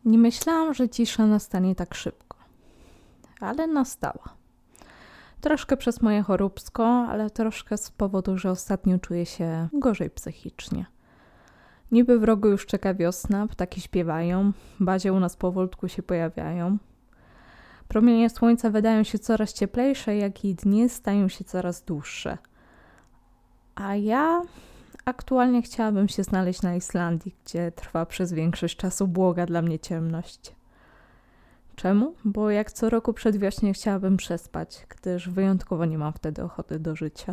Nie myślałam, że cisza nastanie tak szybko, ale nastała. Troszkę przez moje choróbsko, ale troszkę z powodu, że ostatnio czuję się gorzej psychicznie. Niby w rogu już czeka wiosna, ptaki śpiewają, bazie u nas powolutku się pojawiają. Promienie słońca wydają się coraz cieplejsze, jak i dni stają się coraz dłuższe. A ja aktualnie chciałabym się znaleźć na Islandii, gdzie trwa przez większość czasu błoga dla mnie ciemność. Czemu? Bo jak co roku przedwiośnie chciałabym przespać, gdyż wyjątkowo nie mam wtedy ochoty do życia.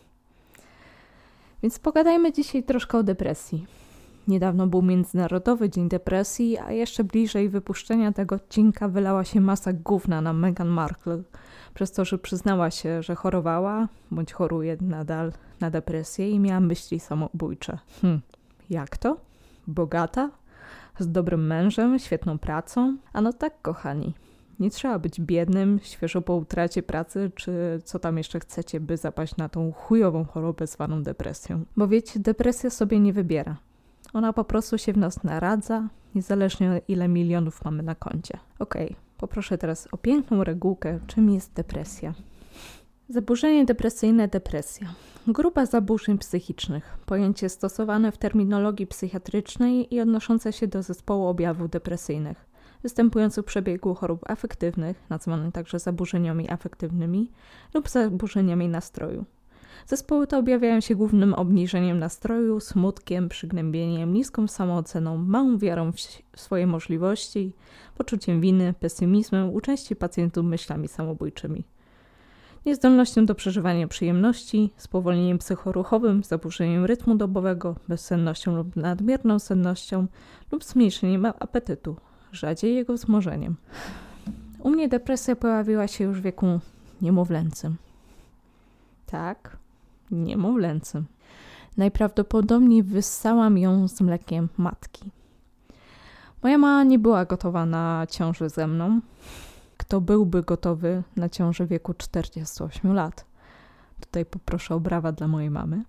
Więc pogadajmy dzisiaj troszkę o depresji. Niedawno był Międzynarodowy Dzień Depresji, a jeszcze bliżej wypuszczenia tego odcinka wylała się masa gówna na Meghan Markle, przez to, że przyznała się, że chorowała, bądź choruje nadal na depresję i miała myśli samobójcze. Jak to? Bogata? Z dobrym mężem, świetną pracą? Ano tak, kochani. Nie trzeba być biednym, świeżo po utracie pracy, czy co tam jeszcze chcecie, by zapaść na tą chujową chorobę zwaną depresją. Bo wiecie, depresja sobie nie wybiera. Ona po prostu się w nas naradza, niezależnie o ile milionów mamy na koncie. Okej, poproszę teraz o piękną regułkę, czym jest depresja. Zaburzenie depresyjne, depresja. Grupa zaburzeń psychicznych. Pojęcie stosowane w terminologii psychiatrycznej i odnoszące się do zespołu objawów depresyjnych, występujących w przebiegu chorób afektywnych, nazwane także zaburzeniami afektywnymi lub zaburzeniami nastroju. Zespoły te objawiają się głównym obniżeniem nastroju, smutkiem, przygnębieniem, niską samooceną, małą wiarą w swoje możliwości, poczuciem winy, pesymizmem, u części pacjentów myślami samobójczymi. Niezdolnością do przeżywania przyjemności, spowolnieniem psychoruchowym, zaburzeniem rytmu dobowego, bezsennością lub nadmierną sennością lub zmniejszeniem apetytu, rzadziej jego wzmożeniem. U mnie depresja pojawiła się już w wieku niemowlęcym. Tak, niemowlęcym. Najprawdopodobniej wyssałam ją z mlekiem matki. Moja mama nie była gotowa na ciążę ze mną. Kto byłby gotowy na ciążę w wieku 48 lat? Tutaj poproszę o brawa dla mojej mamy.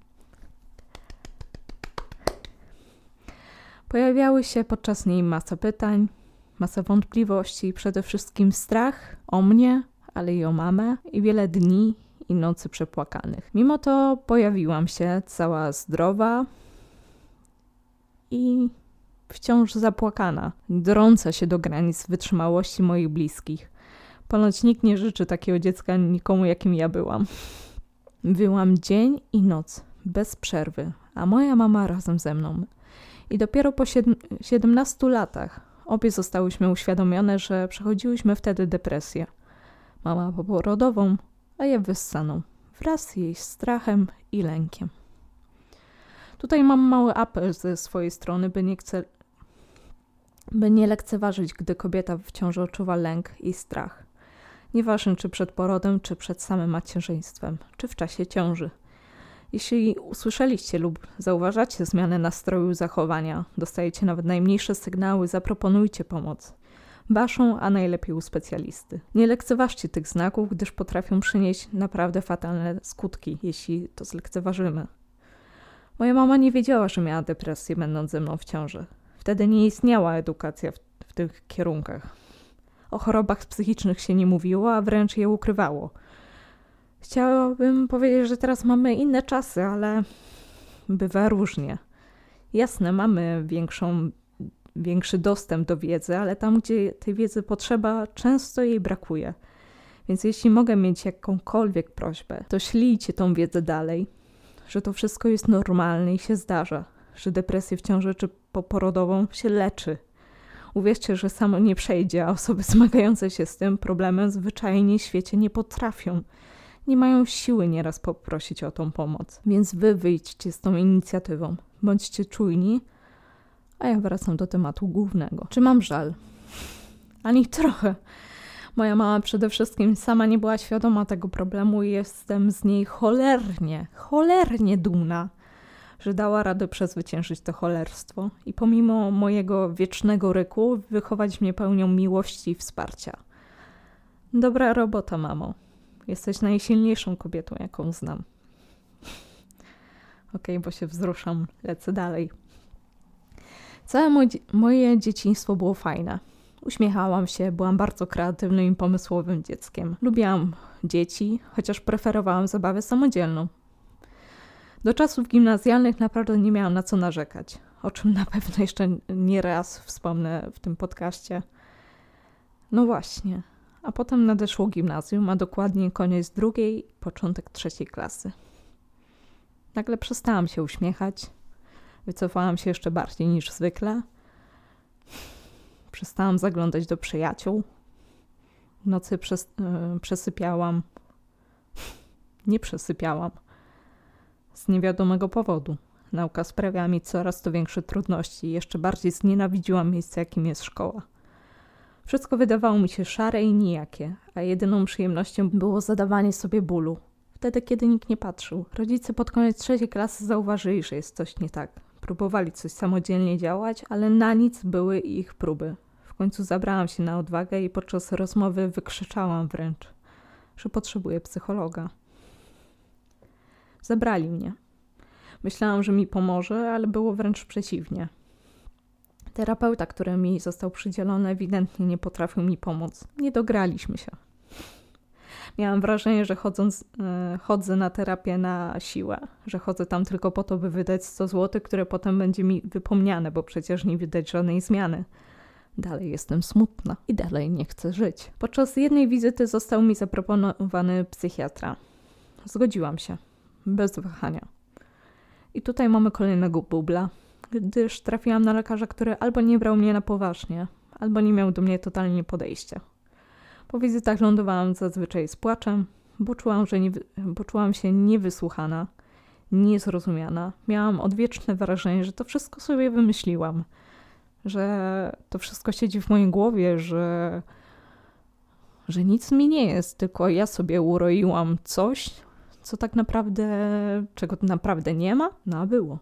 Pojawiały się podczas niej masa pytań, masa wątpliwości, przede wszystkim strach o mnie, ale i o mamę i wiele dni i nocy przepłakanych. Mimo to pojawiłam się cała zdrowa i wciąż zapłakana, drąca się do granic wytrzymałości moich bliskich. Ponoć nikt nie życzy takiego dziecka nikomu, jakim ja byłam. Wyłam dzień i noc, bez przerwy, a moja mama razem ze mną. I dopiero po 17 latach obie zostałyśmy uświadomione, że przechodziłyśmy wtedy depresję. Mama poporodową, a ja wyssaną, wraz z jej strachem i lękiem. Tutaj mam mały apel ze swojej strony, by nie lekceważyć, gdy kobieta w ciąży odczuwa lęk i strach. Nieważne czy przed porodem, czy przed samym macierzyństwem, czy w czasie ciąży. Jeśli usłyszeliście lub zauważacie zmianę nastroju zachowania, dostajecie nawet najmniejsze sygnały, zaproponujcie pomoc. Waszą, a najlepiej u specjalisty. Nie lekceważcie tych znaków, gdyż potrafią przynieść naprawdę fatalne skutki, jeśli to zlekceważymy. Moja mama nie wiedziała, że miała depresję, będąc ze mną w ciąży. Wtedy nie istniała edukacja w tych kierunkach. O chorobach psychicznych się nie mówiło, a wręcz je ukrywało. Chciałabym powiedzieć, że teraz mamy inne czasy, ale bywa różnie. Jasne, mamy większy dostęp do wiedzy, ale tam, gdzie tej wiedzy potrzeba, często jej brakuje. Więc jeśli mogę mieć jakąkolwiek prośbę, to ślijcie tą wiedzę dalej, że to wszystko jest normalne i się zdarza, że depresję w ciąży czy poporodową się leczy. Uwierzcie, że samo nie przejdzie, a osoby zmagające się z tym problemem zwyczajnie w świecie nie potrafią. Nie mają siły nieraz poprosić o tą pomoc. Więc wy wyjdźcie z tą inicjatywą. Bądźcie czujni, a ja wracam do tematu głównego. Czy mam żal? Ani trochę. Moja mama przede wszystkim sama nie była świadoma tego problemu i jestem z niej cholernie dumna, że dała radę przezwyciężyć to cholerstwo i pomimo mojego wiecznego ryku wychować mnie pełnią miłości i wsparcia. Dobra robota, mamo. Jesteś najsilniejszą kobietą, jaką znam. Okej, bo się wzruszam. Lecę dalej. Całe moje dzieciństwo było fajne. Uśmiechałam się, byłam bardzo kreatywnym i pomysłowym dzieckiem. Lubiłam dzieci, chociaż preferowałam zabawę samodzielną. Do czasów gimnazjalnych naprawdę nie miałam na co narzekać, o czym na pewno jeszcze nie raz wspomnę w tym podcaście. No właśnie, a potem nadeszło gimnazjum, a dokładnie koniec 2., początek 3. klasy. Nagle przestałam się uśmiechać, wycofałam się jeszcze bardziej niż zwykle. Przestałam zaglądać do przyjaciół. W nocy przesypiałam. Nie przesypiałam. Z niewiadomego powodu. Nauka sprawiała mi coraz to większe trudności i jeszcze bardziej znienawidziłam miejsce, jakim jest szkoła. Wszystko wydawało mi się szare i nijakie, a jedyną przyjemnością było zadawanie sobie bólu. Wtedy, kiedy nikt nie patrzył. Rodzice pod koniec 3. klasy zauważyli, że jest coś nie tak. Próbowali coś samodzielnie działać, ale na nic były ich próby. W końcu zabrałam się na odwagę i podczas rozmowy wykrzyczałam wręcz, że potrzebuję psychologa. Zabrali mnie. Myślałam, że mi pomoże, ale było wręcz przeciwnie. Terapeuta, który mi został przydzielony, ewidentnie nie potrafił mi pomóc. Nie dograliśmy się. Miałam wrażenie, że chodzę na terapię na siłę, że chodzę tam tylko po to, by wydać 100 zł, które potem będzie mi wypomniane, bo przecież nie widać żadnej zmiany. Dalej jestem smutna i dalej nie chcę żyć. Podczas jednej wizyty został mi zaproponowany psychiatra. Zgodziłam się, bez wahania. I tutaj mamy kolejnego bubla, gdyż trafiłam na lekarza, który albo nie brał mnie na poważnie, albo nie miał do mnie totalnie podejścia. Po wizytach lądowałam zazwyczaj z płaczem, bo czułam się niewysłuchana, niezrozumiana. Miałam odwieczne wrażenie, że to wszystko sobie wymyśliłam, że to wszystko siedzi w mojej głowie, że nic mi nie jest, tylko ja sobie uroiłam coś, co tak naprawdę, czego naprawdę nie ma, no a było.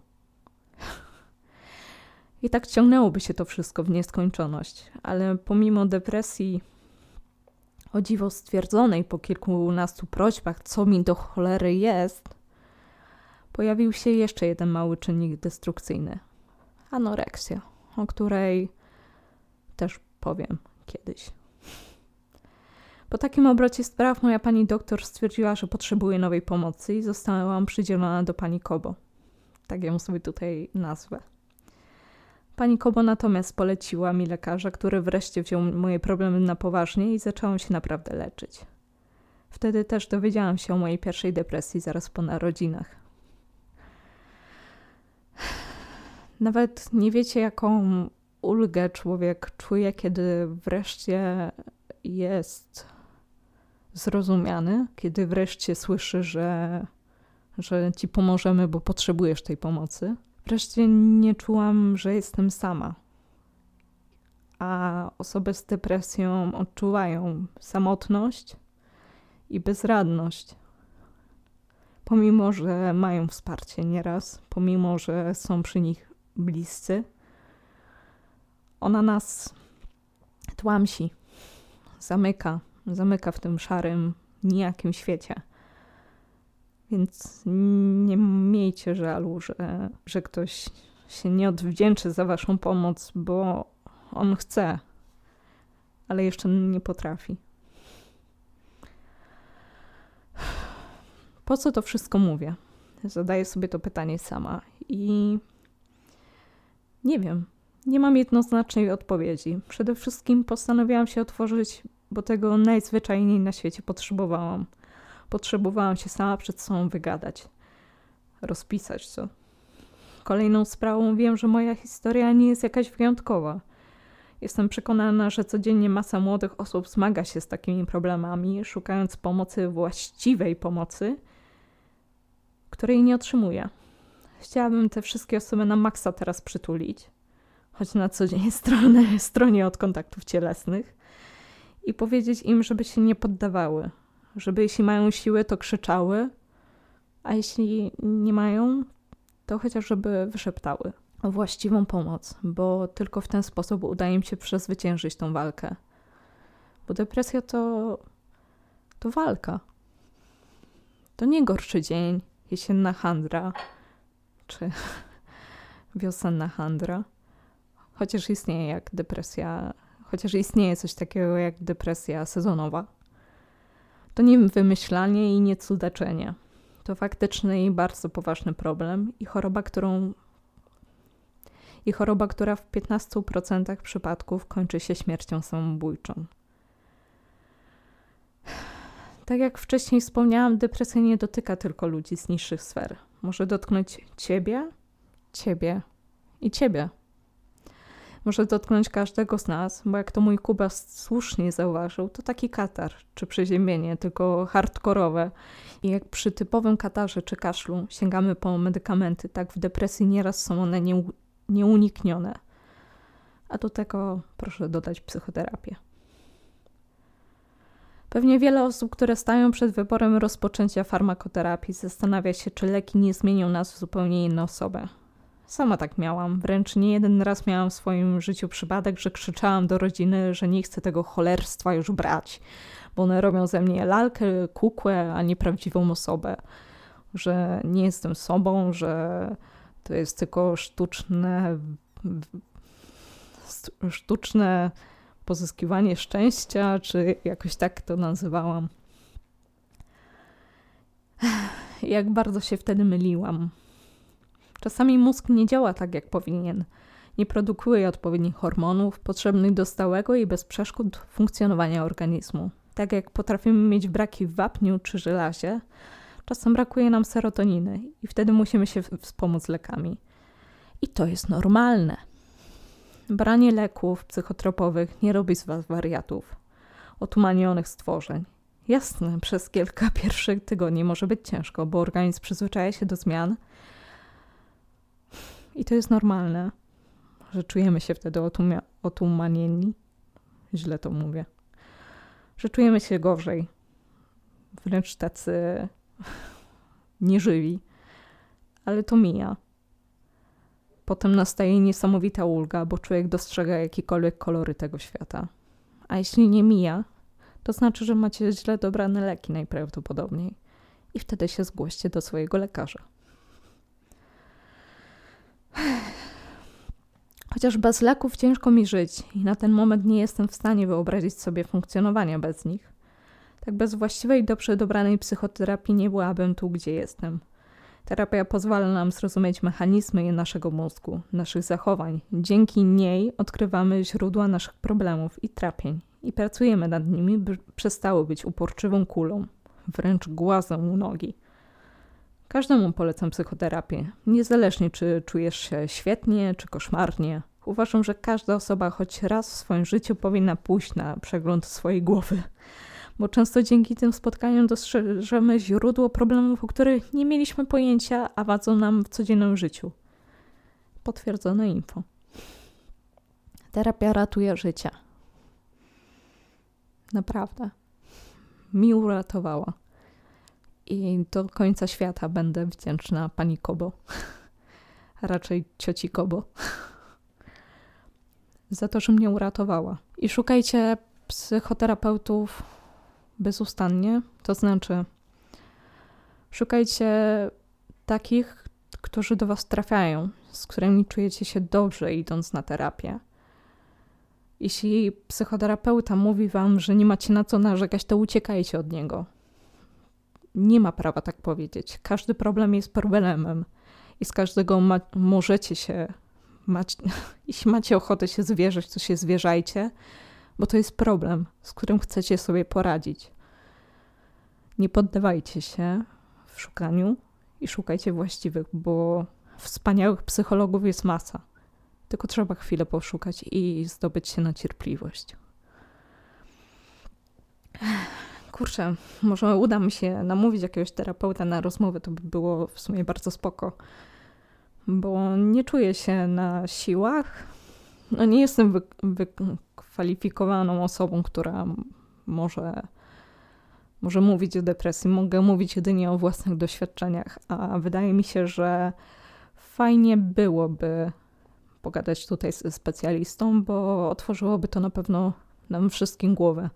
I tak ciągnęłoby się to wszystko w nieskończoność, ale pomimo depresji, o dziwo stwierdzonej po kilkunastu prośbach, co mi do cholery jest, pojawił się jeszcze jeden mały czynnik destrukcyjny. Anoreksja, o której też powiem kiedyś. Po takim obrocie spraw moja pani doktor stwierdziła, że potrzebuje nowej pomocy i zostałam przydzielona do pani Kobo. Tak ją sobie tutaj nazwę. Pani Kobo natomiast poleciła mi lekarza, który wreszcie wziął moje problemy na poważnie i zacząłem się naprawdę leczyć. Wtedy też dowiedziałam się o mojej pierwszej depresji zaraz po narodzinach. Nawet nie wiecie, jaką ulgę człowiek czuje, kiedy wreszcie jest zrozumiany, kiedy wreszcie słyszy, że ci pomożemy, bo potrzebujesz tej pomocy. Wreszcie nie czułam, że jestem sama. A osoby z depresją odczuwają samotność i bezradność. Pomimo, że mają wsparcie nieraz, pomimo, że są przy nich bliscy, ona nas tłamsi, zamyka w tym szarym, nijakim świecie. Więc nie miejcie żalu, że ktoś się nie odwdzięczy za waszą pomoc, bo on chce, ale jeszcze nie potrafi. Po co to wszystko mówię? Zadaję sobie to pytanie sama i nie wiem, nie mam jednoznacznej odpowiedzi. Przede wszystkim postanowiłam się otworzyć, bo tego najzwyczajniej na świecie potrzebowałam. Potrzebowałam się sama przed sobą wygadać, rozpisać co. Kolejną sprawą wiem, że moja historia nie jest jakaś wyjątkowa. Jestem przekonana, że codziennie masa młodych osób zmaga się z takimi problemami, szukając pomocy, właściwej pomocy, której nie otrzymuje. Chciałabym te wszystkie osoby na maksa teraz przytulić, choć na co dzień stronie od kontaktów cielesnych i powiedzieć im, żeby się nie poddawały. Żeby jeśli mają siłę, to krzyczały, a jeśli nie mają, to chociaż żeby wyszeptały o właściwą pomoc, bo tylko w ten sposób uda im się przezwyciężyć tą walkę. Bo depresja to walka. To nie gorszy dzień, jesienna handra, czy wiosenna handra, chociaż istnieje coś takiego jak depresja sezonowa. To nie wymyślanie i nie cudaczenie. To faktyczny i bardzo poważny problem i choroba, która w 15% przypadków kończy się śmiercią samobójczą. Tak jak wcześniej wspomniałam, depresja nie dotyka tylko ludzi z niższych sfer. Może dotknąć ciebie i ciebie. Może dotknąć każdego z nas, bo jak to mój Kuba słusznie zauważył, to taki katar czy przeziębienie, tylko hardkorowe. I jak przy typowym katarze czy kaszlu sięgamy po medykamenty, tak w depresji nieraz są one nieuniknione. A do tego proszę dodać psychoterapię. Pewnie wiele osób, które stają przed wyborem rozpoczęcia farmakoterapii, zastanawia się, czy leki nie zmienią nas w zupełnie inną osobę. Sama tak miałam. Wręcz nie jeden raz miałam w swoim życiu przypadek, że krzyczałam do rodziny, że nie chcę tego cholerstwa już brać, bo one robią ze mnie lalkę, kukłę, a nie prawdziwą osobę. Że nie jestem sobą, że to jest tylko sztuczne pozyskiwanie szczęścia, czy jakoś tak to nazywałam. Jak bardzo się wtedy myliłam. Czasami mózg nie działa tak, jak powinien. Nie produkuje odpowiednich hormonów potrzebnych do stałego i bez przeszkód funkcjonowania organizmu. Tak jak potrafimy mieć braki w wapniu czy żelazie, czasem brakuje nam serotoniny i wtedy musimy się wspomóc lekami. I to jest normalne. Branie leków psychotropowych nie robi z was wariatów, otumanionych stworzeń. Jasne, przez kilka pierwszych tygodni może być ciężko, bo organizm przyzwyczaja się do zmian i to jest normalne, że czujemy się wtedy otumanieni. Źle to mówię. Że czujemy się gorzej, wręcz tacy nieżywi, ale to mija. Potem nastaje niesamowita ulga, bo człowiek dostrzega jakiekolwiek kolory tego świata. A jeśli nie mija, to znaczy, że macie źle dobrane leki najprawdopodobniej. I wtedy się zgłoście do swojego lekarza. Chociaż bez leków ciężko mi żyć i na ten moment nie jestem w stanie wyobrazić sobie funkcjonowania bez nich. Tak bez właściwej, dobrze dobranej psychoterapii nie byłabym tu, gdzie jestem. Terapia pozwala nam zrozumieć mechanizmy naszego mózgu, naszych zachowań. Dzięki niej odkrywamy źródła naszych problemów i trapień i pracujemy nad nimi, by przestały być uporczywą kulą, wręcz głazem u nogi. Każdemu polecam psychoterapię, niezależnie czy czujesz się świetnie, czy koszmarnie. Uważam, że każda osoba choć raz w swoim życiu powinna pójść na przegląd swojej głowy, bo często dzięki tym spotkaniom dostrzeżemy źródło problemów, o których nie mieliśmy pojęcia, a wadzą nam w codziennym życiu. Potwierdzone info. Terapia ratuje życie. Naprawdę. Mi uratowała. I do końca świata będę wdzięczna pani Kobo. A raczej cioci Kobo. Za to, że mnie uratowała. I szukajcie psychoterapeutów bezustannie. To znaczy szukajcie takich, którzy do was trafiają, z którymi czujecie się dobrze idąc na terapię. Jeśli psychoterapeuta mówi wam, że nie macie na co narzekać, to uciekajcie od niego. Nie ma prawa tak powiedzieć. Każdy problem jest problemem i z każdego możecie się... Jeśli macie ochotę się zwierzyć, to się zwierzajcie, bo to jest problem, z którym chcecie sobie poradzić. Nie poddawajcie się w szukaniu i szukajcie właściwych, bo wspaniałych psychologów jest masa. Tylko trzeba chwilę poszukać i zdobyć się na cierpliwość. Kurczę, może uda mi się namówić jakiegoś terapeuta na rozmowę, to by było w sumie bardzo spoko. Bo nie czuję się na siłach. No nie jestem wykwalifikowaną osobą, która może mówić o depresji. Mogę mówić jedynie o własnych doświadczeniach, a wydaje mi się, że fajnie byłoby pogadać tutaj ze specjalistą, bo otworzyłoby to na pewno nam wszystkim głowę.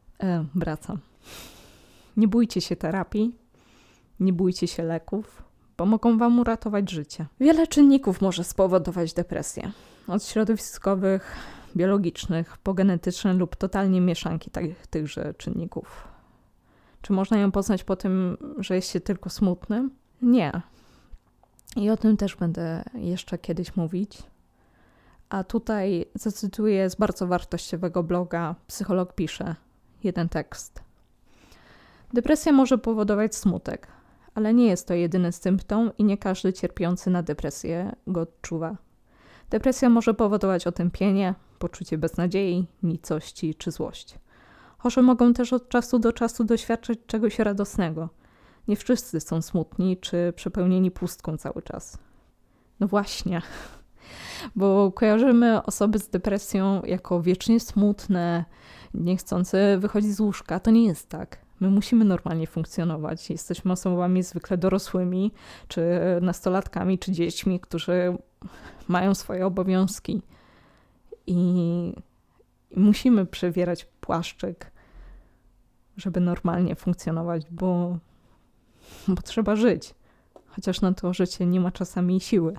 Wracam. Nie bójcie się terapii, nie bójcie się leków, bo mogą wam uratować życie. Wiele czynników może spowodować depresję. Od środowiskowych, biologicznych, po genetyczne lub totalnie mieszanki tychże czynników. Czy można ją poznać po tym, że jest się tylko smutnym? Nie. I o tym też będę jeszcze kiedyś mówić. A tutaj zacytuję z bardzo wartościowego bloga Psycholog pisze jeden tekst. Depresja może powodować smutek, ale nie jest to jedyny symptom i nie każdy cierpiący na depresję go odczuwa. Depresja może powodować otępienie, poczucie beznadziei, nicości czy złość. Chorzy mogą też od czasu do czasu doświadczać czegoś radosnego. Nie wszyscy są smutni czy przepełnieni pustką cały czas. No właśnie, bo kojarzymy osoby z depresją jako wiecznie smutne, niechcące wychodzić z łóżka. To nie jest tak. My musimy normalnie funkcjonować. Jesteśmy osobami zwykle dorosłymi, czy nastolatkami, czy dziećmi, którzy mają swoje obowiązki. I musimy przewierać płaszczyk, żeby normalnie funkcjonować, bo trzeba żyć. Chociaż na to życie nie ma czasami siły.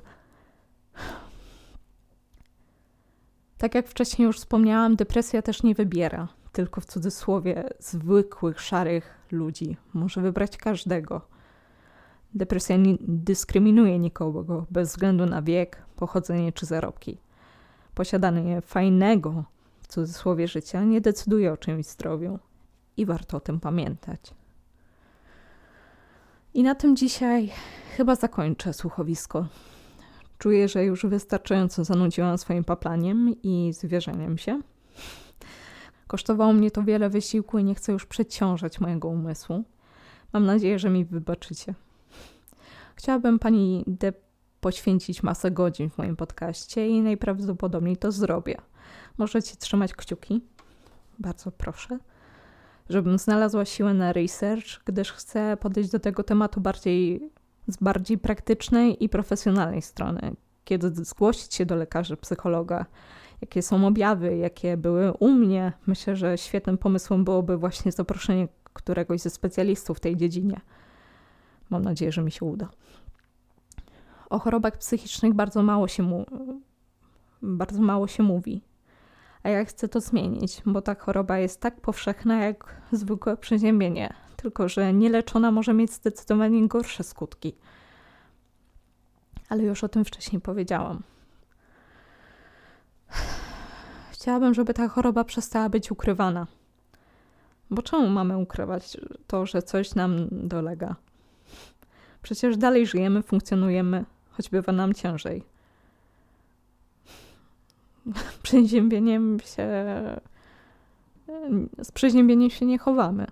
Tak jak wcześniej już wspomniałam, depresja też nie wybiera, tylko w cudzysłowie zwykłych, szarych ludzi. Może wybrać każdego. Depresja nie dyskryminuje nikogo bez względu na wiek, pochodzenie czy zarobki. Posiadanie fajnego, w cudzysłowie, życia nie decyduje o czyimś zdrowiu i warto o tym pamiętać. I na tym dzisiaj chyba zakończę słuchowisko. Czuję, że już wystarczająco zanudziłam swoim paplaniem i zwierzaniem się. Kosztowało mnie to wiele wysiłku i nie chcę już przeciążać mojego umysłu. Mam nadzieję, że mi wybaczycie. Chciałabym pani D poświęcić masę godzin w moim podcaście i najprawdopodobniej to zrobię. Możecie trzymać kciuki, bardzo proszę, żebym znalazła siłę na research, gdyż chcę podejść do tego tematu z bardziej praktycznej i profesjonalnej strony. Kiedy zgłosić się do lekarzy, psychologa, jakie są objawy, jakie były u mnie, myślę, że świetnym pomysłem byłoby właśnie zaproszenie któregoś ze specjalistów w tej dziedzinie. Mam nadzieję, że mi się uda. O chorobach psychicznych bardzo mało się mówi. A ja chcę to zmienić, bo ta choroba jest tak powszechna jak zwykłe przeziębienie, tylko że nieleczona może mieć zdecydowanie gorsze skutki. Ale już o tym wcześniej powiedziałam. Chciałabym, żeby ta choroba przestała być ukrywana. Bo czemu mamy ukrywać to, że coś nam dolega? Przecież dalej żyjemy, funkcjonujemy, choć bywa nam ciężej. Z przeziębieniem się nie chowamy.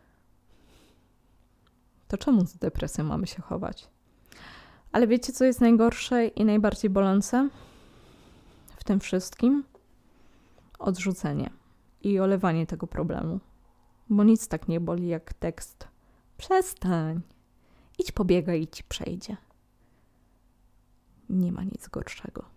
To czemu z depresją mamy się chować? Ale wiecie, co jest najgorsze i najbardziej bolące w tym wszystkim? Odrzucenie i olewanie tego problemu. Bo nic tak nie boli jak tekst. Przestań. Idź pobiegaj i ci przejdzie. Nie ma nic gorszego.